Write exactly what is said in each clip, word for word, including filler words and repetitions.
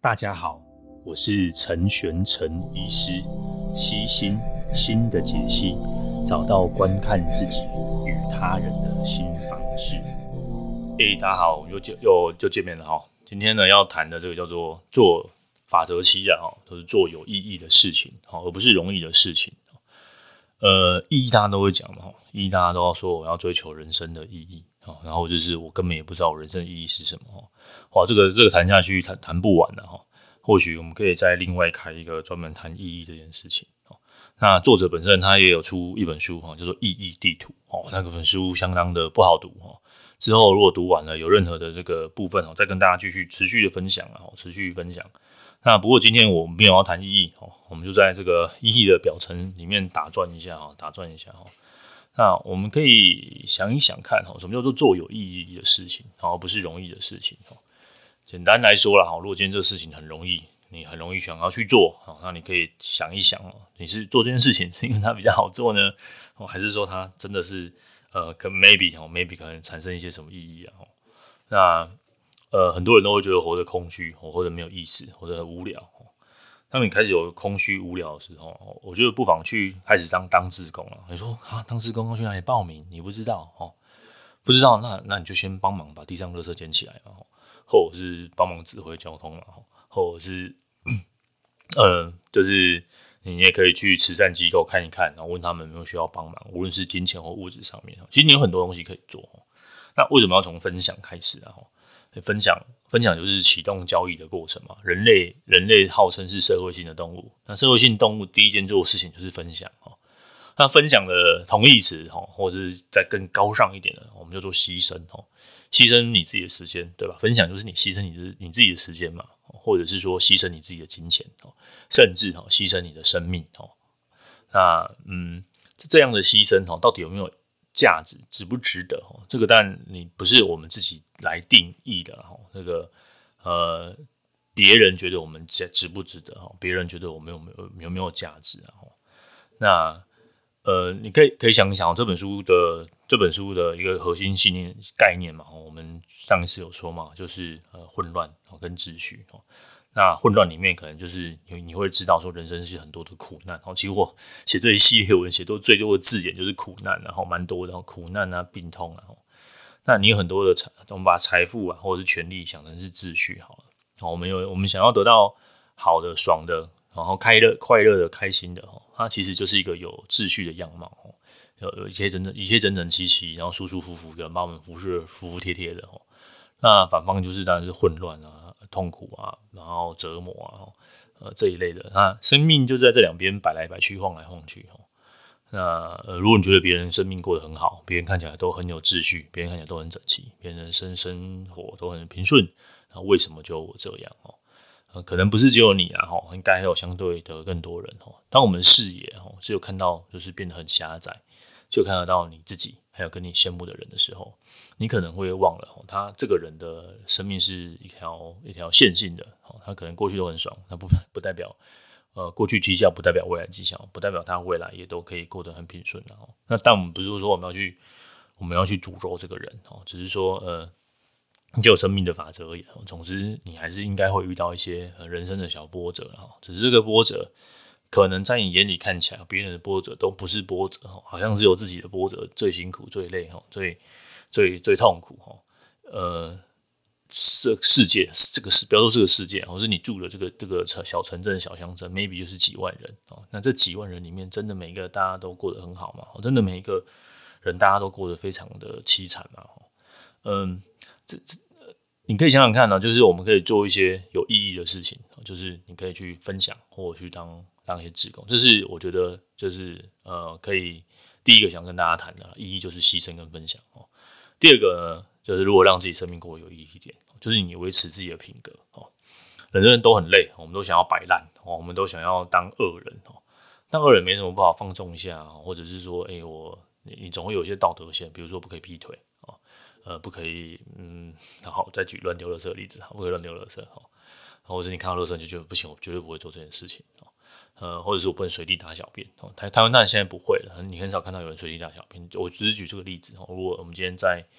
大家好，我是陈玄陈医师，析心心的解析，找到观看自己与他人的新方式。诶，大家好，又就又就见面了哈。今天呢要谈的这个叫做做法则七啊，都是做有意义的事情，而不是容易的事情。呃，意义大家都会讲嘛，意义大家都要说我要追求人生的意义，然后就是我根本也不知道我人生的意义是什么。哇，这个这个谈下去谈谈不完的哈。或许我们可以再另外开一个专门谈意义这件事情。那作者本身他也有出一本书叫做《意义地图》，那本书相当的不好读。之后如果读完了有任何的这个部分，再跟大家继续持续的分享，持续分享。那不过今天我们没有要谈意义，我们就在这个意义的表层里面打转一下，打转一下。那我们可以想一想看，什么叫做做有意义的事情，而不是容易的事情。简单来说啦，如果今天这个事情很容易，你很容易想要去做，那你可以想一想，你是做这件事情是因为它比较好做呢，还是说它真的是呃，可 maybe maybe 可能产生一些什么意义啊？那呃，很多人都会觉得活得空虚，或者没有意思，或者很无聊。当你开始有空虚无聊的时候，我觉得不妨去开始当当志工了。你说啊，当志工要去哪里报名？你不知道哦，不知道，那那你就先帮忙把地上垃圾捡起来嘛。或者是帮忙指挥交通，或者是呃，就是你也可以去慈善机构看一看，然后问他们有没有需要帮忙，无论是金钱或物质上面。其实你有很多东西可以做。那为什么要从分享开始啊？分享分享就是启动交易的过程嘛。人类人类号称是社会性的动物，那社会性动物第一件做的事情就是分享。那分享的同义词，或者是再更高尚一点的，我们叫做牺牲。牺牲你自己的时间，对吧？分享就是你牺牲你的你自己的时间嘛，或者是说牺牲你自己的金钱，甚至牺牲你的生命。那嗯，这样的牺牲到底有没有价值，值不值得？这个当然你不是我们自己来定义的。那个呃，别人觉得我们值不值得？别人觉得我们有没有有没有价值啊？那呃，你可以可以想一想这本书的这本书的一个核心信念概念嘛，我们上一次有说嘛，就是呃混乱跟秩序。那混乱里面可能就是你会知道说人生是很多的苦难。其实我写这一系列文写多最多的字眼就是苦难，然后蛮多的苦难啊、病痛啊。那你有很多的财，我们把财富啊或者是权力想成是秩序好了。我们有我们想要得到好的、爽的，然后快乐、快乐的、开心的。它其实就是一个有秩序的样貌，有一些整整一些整整齐齐，然后舒舒服服，有人把我们服侍服服帖帖的。那反方就是当然是混乱啊、痛苦啊，然后折磨啊，呃这一类的。那生命就在这两边摆来摆去、晃来晃去。那呃，如果你觉得别人生命过得很好，别人看起来都很有秩序，别人看起来都很整齐，别人生生活都很平顺，那为什么就我这样？呃、可能不是只有你啊，应该还有相对的更多人。当我们视野只有看到就是变得很狭窄，就看得到你自己还有跟你羡慕的人的时候，你可能会忘了他这个人的生命是一条一条线性的。他可能过去都很爽，那不不代表呃过去绩效不代表未来绩效，不代表他未来也都可以过得很平顺。那但我们不是说我们要去我们要去诅咒这个人，只是说呃。就有生命的法则而已。总之，你还是应该会遇到一些人生的小波折，只是这个波折可能在你眼里看起来，别人的波折都不是波折，好像只有自己的波折最辛苦、最累、最最最痛苦。呃，这世界这个是不要说这个世界，或是你住的这个这个小城镇、小乡镇 ，maybe 就是几万人。那这几万人里面，真的每一个大家都过得很好吗？真的每一个人大家都过得非常的凄惨吗？嗯，这这。你可以想想看呢，就是我们可以做一些有意义的事情，就是你可以去分享或者去当当一些志工，这是我觉得就是呃可以第一个想跟大家谈的意义，就是牺牲跟分享。第二个呢，就是如果让自己生命过得有意义一点，就是你维持自己的品格。人人都很累，我们都想要摆烂，我们都想要当恶人，当恶人没什么不好，放纵一下，或者是说，哎、欸，我你你总会有一些道德线，比如说不可以劈腿。呃，不可以，嗯，然后再举乱丢垃圾的例子，不可以乱丢垃圾，或者是你看到垃圾就觉得不行，我绝对不会做这件事情，呃，或者是我不能随地大小便。台台湾当然现在不会了，你很少看到有人随地大小便。我只是举这个例子，如果我们今天在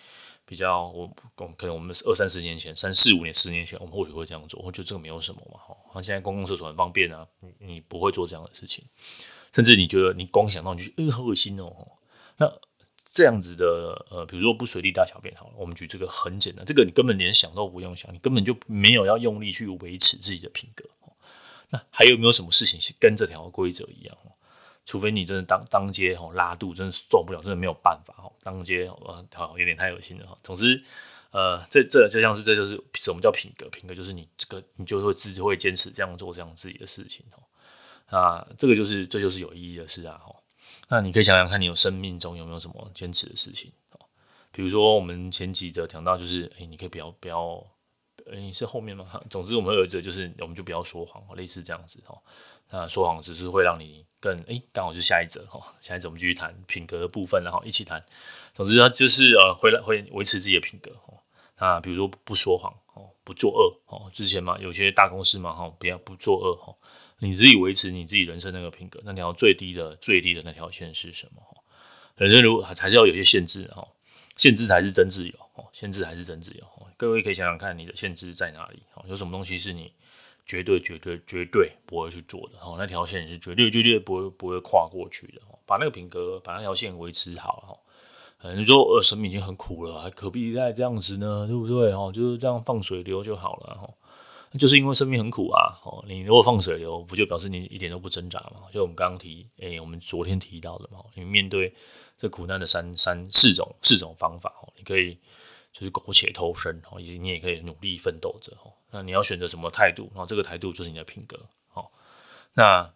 比较我可能我们二三十年前、三四五年、十年前，我们或许会这样做，我觉得这个没有什么嘛。哈，现在公共厕所很方便啊，你你不会做这样的事情，甚至你觉得你光想到你就觉得，呃，好恶心哦。那这样子的呃，比如说不随地大小便好了，我们举这个很简单，这个你根本连想都不用想，你根本就没有要用力去维持自己的品格。那还有没有什么事情是跟这条规则一样？除非你真的当当街吼拉肚，真的受不了，真的没有办法吼，当街呃好有点太恶心了哈。总之，呃，这这就像是这就是什么叫品格？品格就是你这个你就会自己会坚持这样做这样自己的事情哦。那这个就是这就是有意义的事啊哈。那你可以想想看，你有生命中有没有什么坚持的事情？比如说我们前几则讲到，就是哎、欸，你可以不要不要，呃，你是后面吗？总之我们会有一则就是我们就不要说谎，类似这样子哈。那说谎只是会让你更哎，刚好就下一则哈，下一则我们继续谈品格的部分，然后一起谈。总之它就是呃会会维持自己的品格哦。那比如说不说谎哦，不作恶哦。之前嘛有些大公司嘛哈，不要不作恶哦。你自己维持你自己人生那个品格，那条最低的最低的那条线是什么？人生如果还是要有一些限制哈，限制才是真自由哦，限制还是真自由。各位可以想想看，你的限制在哪里？有什么东西是你绝对、绝对、绝对不会去做的？那条线是绝对、绝对不会、不会跨过去的。把那个品格，把那条线维持好。你说，呃，生命已经很苦了，还何必再这样子呢？对不对？就是这样放水流就好了。就是因为生命很苦啊。你如果放水流，不就表示你一点都不挣扎吗？就我们刚刚提，欸，我们昨天提到的嘛，你面对这苦难的三三四种四种方法，你可以。就是苟且偷生，你也可以努力奋斗着。那你要选择什么态度？然后这个态度就是你的品格。那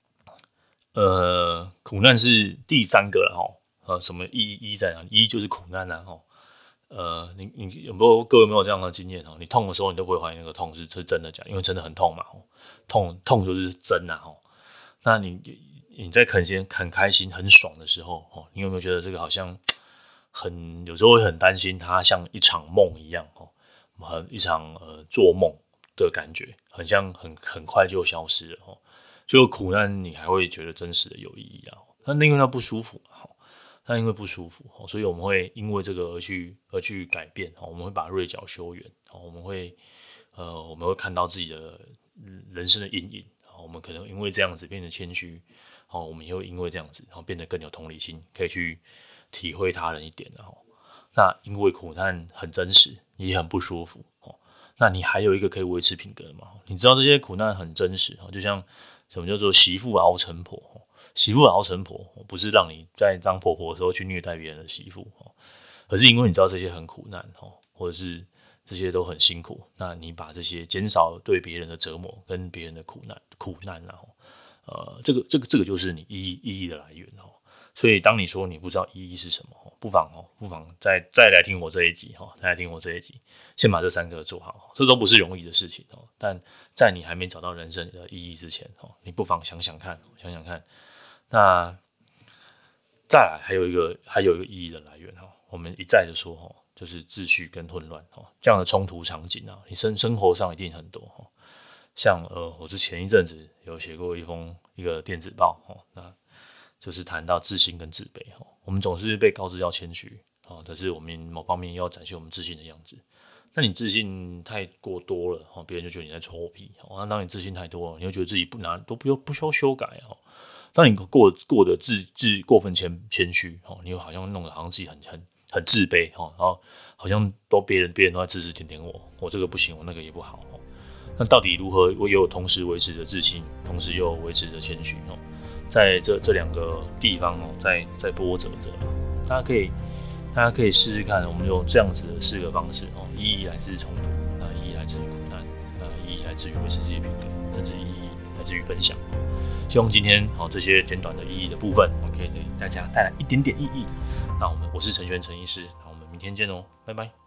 呃，苦难是第三个了哈。什么意义在哪里？意义就是苦难啊。呃，你你有没有各位有没有这样的经验？你痛的时候，你都不会怀疑那个痛是是真的假的，因为真的很痛嘛。痛痛就是真啊。那你你在很很开心、很爽的时候，你有没有觉得这个好像？很有时候会很担心，它像一场梦一样，很一场呃做梦的感觉，很像很很快就消失了。就苦难你还会觉得真实的有意义啊？那因为它不舒服，那因为不舒服，所以我们会因为这个而去而去改变。我们会把锐角修远，我们会呃我们会看到自己的人生的阴影。我们可能因为这样子变得谦虚，我们也会因为这样子，然后变得更有同理心，可以去。体会他人一点的。那因为苦难很真实，也很不舒服。那你还有一个可以维持品格的吗？你知道这些苦难很真实，就像什么叫做媳妇熬成婆？媳妇熬成婆不是让你在当婆婆的时候去虐待别人的媳妇，而是因为你知道这些很苦难，或者是这些都很辛苦，那你把这些减少对别人的折磨跟别人的苦难苦难，然后呃，这个这个这个就是你意义意义的来源。所以当你说你不知道意义是什么，不妨不妨再再来听我这一集，再来听我这一集，先把这三个做好，这都不是容易的事情。但在你还没找到人生的意义之前，你不妨想想看，想想看。那再来还有一个还有一个意义的来源，我们一再的说，就是秩序跟混乱这样的冲突场景，你生生活上一定很多。像呃，我是前一阵子有写过一封一个电子报，那就是谈到自信跟自卑。我们总是被告知要谦虚，可是我们某方面要展现我们自信的样子。那你自信太过多了，别人就觉得你在臭屁。那当你自信太多了，你会觉得自己不拿都不不需要修改。当你过过得自自过分谦谦虚，你好像弄得好像自己很很很自卑，然后好像都别人别人都在指指点点我，我这个不行，我那个也不好。那到底如何我有同时维持着自信，同时又维持着谦虚？在这这两个地方在在波折着，大家可以大家可以试试看，我们用这样子的四个方式，意义来自冲突，那意义来自于苦难，那意义来自于维持自己的品格，甚至意义来自于分享。希望今天这些简短的意义的部分，可以给大家带来一点点意义。那我们我是陈玄陈医师，那我们明天见哦，拜拜。